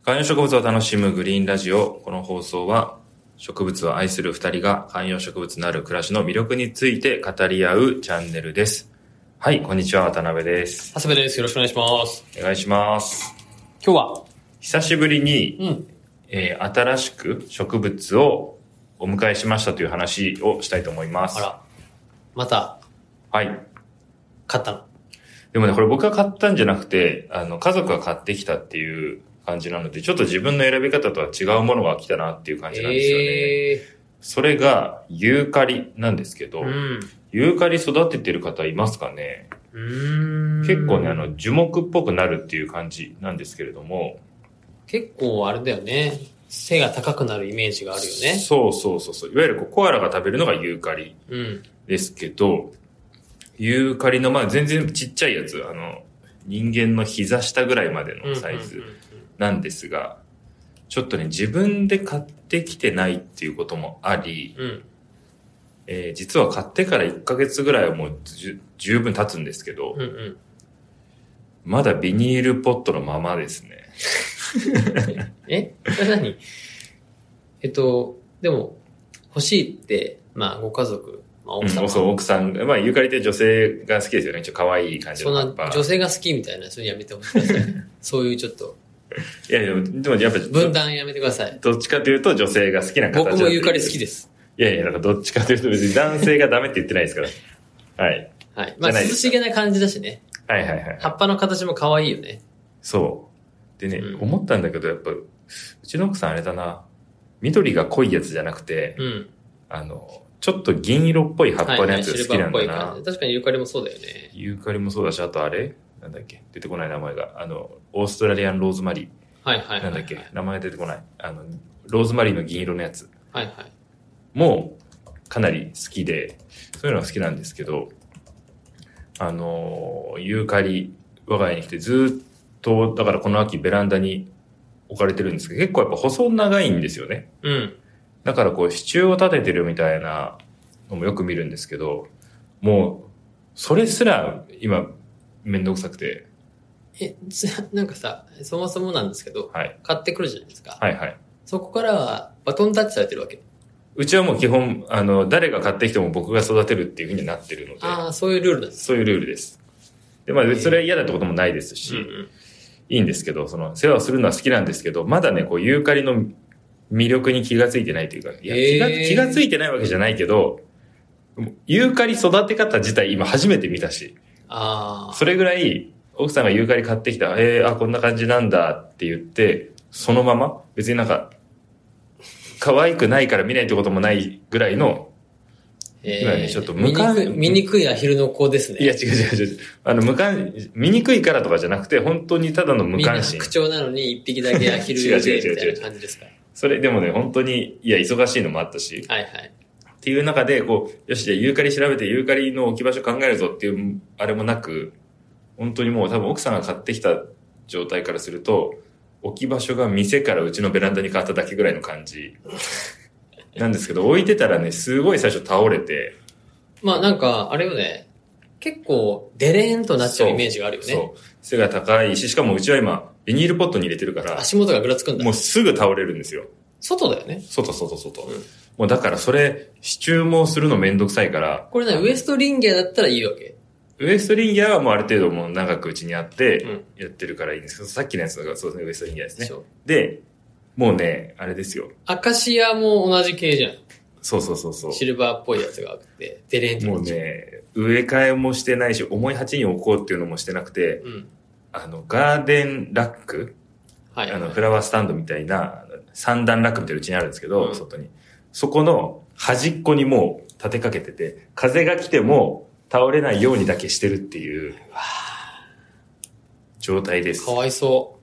観葉植物を楽しむグリーンラジオ。この放送は植物を愛する二人が観葉植物なる暮らしの魅力について語り合うチャンネルです。はい、こんにちは、渡辺です。 長谷部です。よろしくお願いします。 お願いします。 今日は久しぶりに、新しく植物をお迎えしましたという話をしたいと思います。 あら、また。 はい。 買ったの？ でもね、これ僕が買ったんじゃなくて、家族が買ってきたっていう感じなので、ちょっと自分の選び方とは違うものが来たなっていう感じなんですよね。それがユーカリなんですけど、ユーカリ育ててる方いますかね？結構ね、樹木っぽくなるっていう感じなんですけれども。 結構あれだよね。背が高くなるイメージがあるよね。 そう。いわゆるコアラが食べるのがユーカリですけど、ユーカリの全然ちっちゃいやつ、人間の膝下ぐらいまでのサイズなんですが、ちょっとね、自分で買ってきてないっていうこともあり、実は買ってから1ヶ月ぐらいはもう十分経つんですけど、まだビニールポットのままですね。 それ何？でも、欲しいって、ご家族、奥さん。 そう、奥さん。ユーカリって女性が好きですよね。ちょっと可愛い感じの葉っぱ。 そんな女性が好きみたいな、そういうのやめてほしいですね。そういうちょっと。 いや、でもやっぱ分断やめてください。 どっちかというと女性が好きな形。 僕もユーカリ好きです。 いや、なんかどっちかというと別に男性がダメって言ってないですから。はい。 はい。涼しげな感じだしね。 はい。 葉っぱの形も可愛いよね。 そう。でね、思ったんだけど、やっぱ、うちの奥さんあれだな、緑が濃いやつじゃなくて、ちょっと銀色っぽい葉っぱのやつが好きなんだな。 確かにユーカリもそうだよね。 ユーカリもそうだし、あとあれなんだっけ出てこない名前が。オーストラリアンローズマリー。なんだっけ名前出てこない。ローズマリーの銀色のやつ。もう、かなり好きで、そういうのが好きなんですけど、ユーカリ、我が家に来てずっと、だからこの秋ベランダに置かれてるんですけど、結構やっぱ細長いんですよね。だからこう支柱を立ててるみたいなのもよく見るんですけど、もう、それすら今、めんどくさくて。 なんかさ、そもそもなんですけど、買ってくるじゃないですか。そこからはバトンタッチされてるわけ。 うちはもう基本、誰が買ってきても僕が育てるっていうふうになってるので。 ああ、そういうルールなんです。 そういうルールです。で、それは嫌だってこともないですし、いいんですけど、世話をするのは好きなんですけど、まだね、こう、ユーカリの魅力に気がついてないというか、気がついてないわけじゃないけど、ユーカリ育て方自体今初めて見たし、それぐらい、奥さんがユーカリ買ってきた、こんな感じなんだって言って、そのまま、別になんか、可愛くないから見ないってこともないぐらいの、今ね、ちょっと醜いアヒルの子ですね。 いや、違う。醜いからとかじゃなくて、本当にただの無関心。 みんな白鳥なのに一匹だけアヒルでみたいな感じですか？ それでもね、本当に、忙しいのもあったし。っていう中で、よし、じゃあユーカリ調べてユーカリの置き場所考えるぞっていう、あれもなく、本当にもう多分奥さんが買ってきた状態からすると、置き場所が店からうちのベランダに変わっただけぐらいの感じなんですけど、置いてたらね、すごい最初倒れて。 なんか、あれよね、結構デレーンとなっちゃうイメージがあるよね。そう。 背が高いし、しかもうちは今、ビニールポットに入れてるから。 足元がぐらつくんだ。 もうすぐ倒れるんですよ。 外だよね。 外。もうだからそれ、支柱もするのめんどくさいから。 これね、ウエストリンギアだったらいいわけ？ ウエストリンギアはもうある程度もう長くうちにあって、やってるからいいんですけど、さっきのやつがそうですね、ウエストリンギアですね。で、もうね、あれですよ。 アカシアも同じ系じゃん。 そう。 シルバーっぽいやつがあって、デレンと。 もうね、植え替えもしてないし、重い鉢に置こうっていうのもしてなくて、ガーデンラック、フラワースタンドみたいな、3段ラックみたいなうちにあるんですけど、外に。そこの端っこにもう立てかけてて、風が来ても倒れないようにだけしてるっていう状態です。 かわいそう。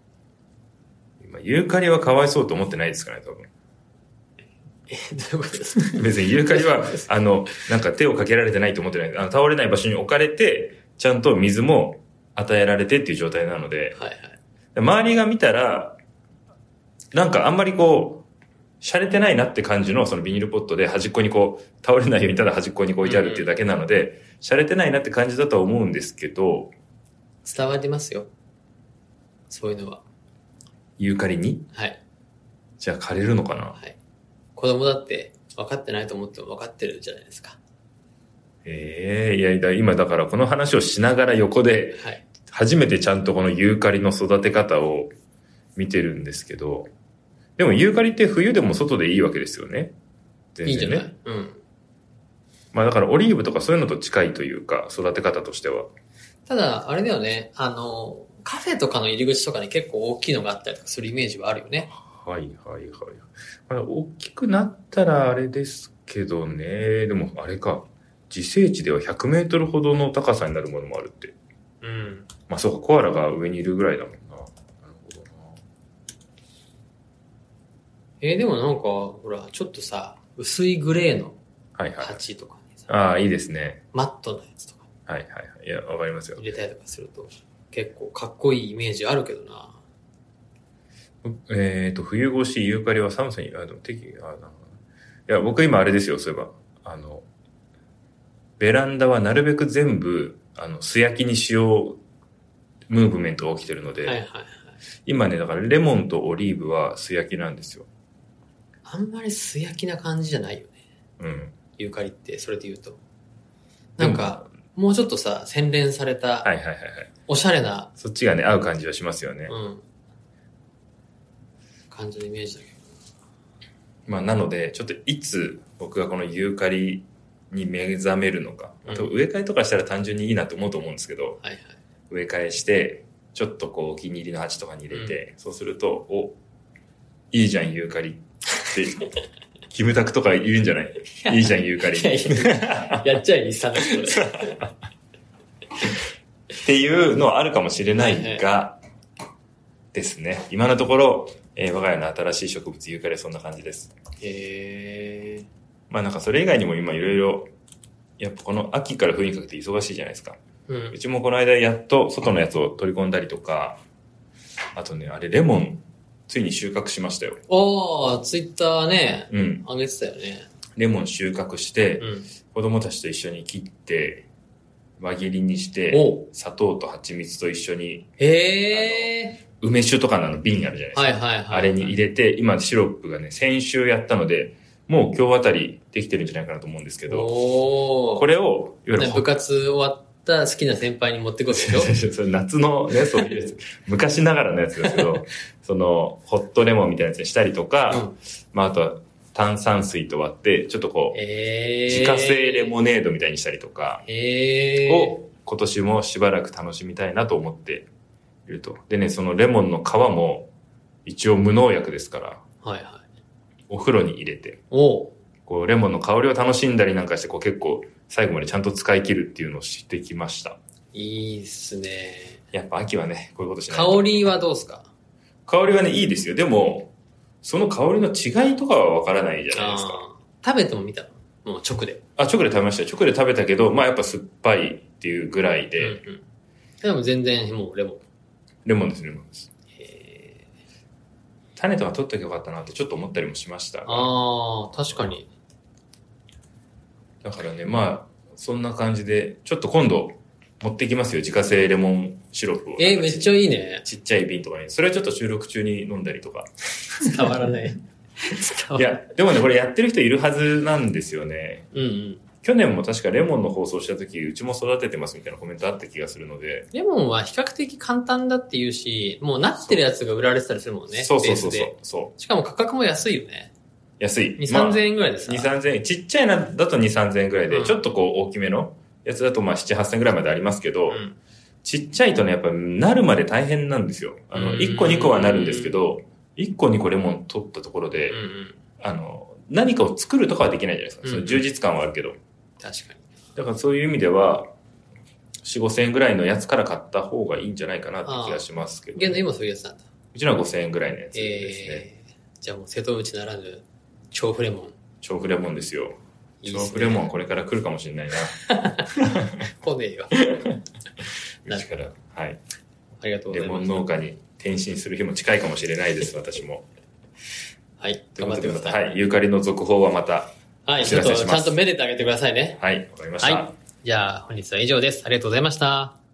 今、ユーカリはかわいそうと思ってないですかね、多分。 どういうことですか？ 別にユーカリは、なんか手をかけられてないと思ってない。倒れない場所に置かれて、ちゃんと水も与えられてっていう状態なので、周りが見たら、なんかあんまり洒落てないなって感じのそのビニールポットで端っこに倒れないようにただ端っこに置いてあるっていうだけなので、洒落てないなって感じだとは思うんですけど。 伝わりますよ。そういうのは。 ユーカリに？ はい。 じゃあ枯れるのかな？ はい。子供だって分かってないと思っても分かってるじゃないですか。 いや、今だからこの話をしながら横で、初めてちゃんとこのユーカリの育て方を見てるんですけど、でもユーカリって冬でも外でいいわけですよね。全然ね。いいじゃない。うん。まあだからオリーブとかそういうのと近いというか、育て方としては。 ただ、あれだよね、カフェとかの入り口とかに結構大きいのがあったりとかするイメージはあるよね。 はい。まあ、大きくなったらあれですけどね、でもあれか。自生地では100メートルほどの高さになるものもあるって。うん。まあそうか、コアラが上にいるぐらいだもんな。なるほどな。でもなんか、ほら、ちょっとさ、薄いグレーの鉢とかにさ。 ああ、いいですね。 マットのやつとか。 はい。いや、わかりますよ。 入れたりとかすると、結構かっこいいイメージあるけどな。 冬越しユーカリは寒さに、いや、僕今あれですよ、そういえば。ベランダはなるべく全部、素焼きにしようムーブメントが起きてるので、今ね、だからレモンとオリーブは素焼きなんですよ。 あんまり素焼きな感じじゃないよね。うん。ユーカリって、それで言うと。なんか、もうちょっとさ、洗練された、おしゃれな。 そっちがね、合う感じはしますよね。うん。 感じのイメージだけど。 まあ、なので、ちょっといつ僕がこのユーカリに目覚めるのか。あと植え替えとかしたら単純にいいなと思うと思うんですけど、植え替えして、ちょっとこうお気に入りの鉢とかに入れて、そうすると、いいじゃんユーカリって、キムタクとか言うんじゃない？いいじゃんユーカリ。 やっちゃい、日産の人で。 っていうのはあるかもしれないが、ですね。今のところ、我が家の新しい植物ユーカリはそんな感じです。まあなんかそれ以外にも今いろいろ、やっぱこの秋から冬にかけて忙しいじゃないですか。うちもこの間やっと外のやつを取り込んだりとか、あとね、あれレモン、ついに収穫しましたよ。 ツイッターね、上げてたよね。 レモン収穫して、子供たちと一緒に切って、輪切りにして、砂糖と蜂蜜と一緒に、梅酒とかの瓶あるじゃないですか。あれに入れて、今シロップがね、先週やったので、もう今日あたりできてるんじゃないかなと思うんですけど、これを、 いわゆる部活終わった好きな先輩に持ってこいでしょそれ夏のね、そういうやつ、昔ながらのやつですけど、その、ホットレモンみたいなやつにしたりとか、まああとは炭酸水と割って、ちょっとこう、自家製レモネードみたいにしたりとか、を今年もしばらく楽しみたいなと思っていると。でね、そのレモンの皮も一応無農薬ですから、お風呂に入れて、こうレモンの香りを楽しんだりなんかして、こう結構最後までちゃんと使い切るっていうのを知ってきました。 いいっすね。 やっぱ秋はね、こういうことしないと。 香りはどうですか？ 香りはね、いいですよ。でも、その香りの違いとかはわからないじゃないですか。 食べても見たの？もう直で。 直で食べましたよ。直で食べたけど、まあやっぱ酸っぱいっていうぐらいで。 でも全然もうレモン。 レモンです、レモンです。種とか取っときゃよかったなってちょっと思ったりもしましたが。 確かに。 だからね、まあ、そんな感じで、ちょっと今度持ってきますよ。自家製レモンシロップを。 めっちゃいいね。 ちっちゃい瓶とかに。それはちょっと収録中に飲んだりとか。 伝わらない。 いや、でもね、これやってる人いるはずなんですよね。去年も確かレモンの放送した時、うちも育ててますみたいなコメントあった気がするので。 レモンは比較的簡単だっていうし、もうなってるやつが売られてたりするもんね。 そう。 しかも価格も安いよね。 安い。 2、3000円ぐらいでさ。 2、3000円。ちっちゃいなだと2、3000円ぐらいで、ちょっとこう大きめのやつだとまあ7、8000円ぐらいまでありますけど、ちっちゃいとね、やっぱなるまで大変なんですよ。1個2個はなるんですけど、1個2個レモン取ったところで、何かを作るとかはできないじゃないですか。その充実感はあるけど。 確かに。 だからそういう意味では、4、5000円ぐらいのやつから買った方がいいんじゃないかなって気がしますけど。 現在今そういうやつなんだ。 うちのは5000円ぐらいのやつですね。 じゃあもう瀬戸内ならぬ、調布レモン。 調布レモンですよ。調布レモンこれから来るかもしれないな。 来ねえよ。 うちから、はい。 ありがとうございます。 レモン農家に転身する日も近いかもしれないです、私も。 はい、頑張ってください。 はい、ユーカリの続報はまた、 はい、ちょっとちゃんとめでてあげてくださいね。 はい、わかりました。はい。 じゃあ本日は以上です。ありがとうございました。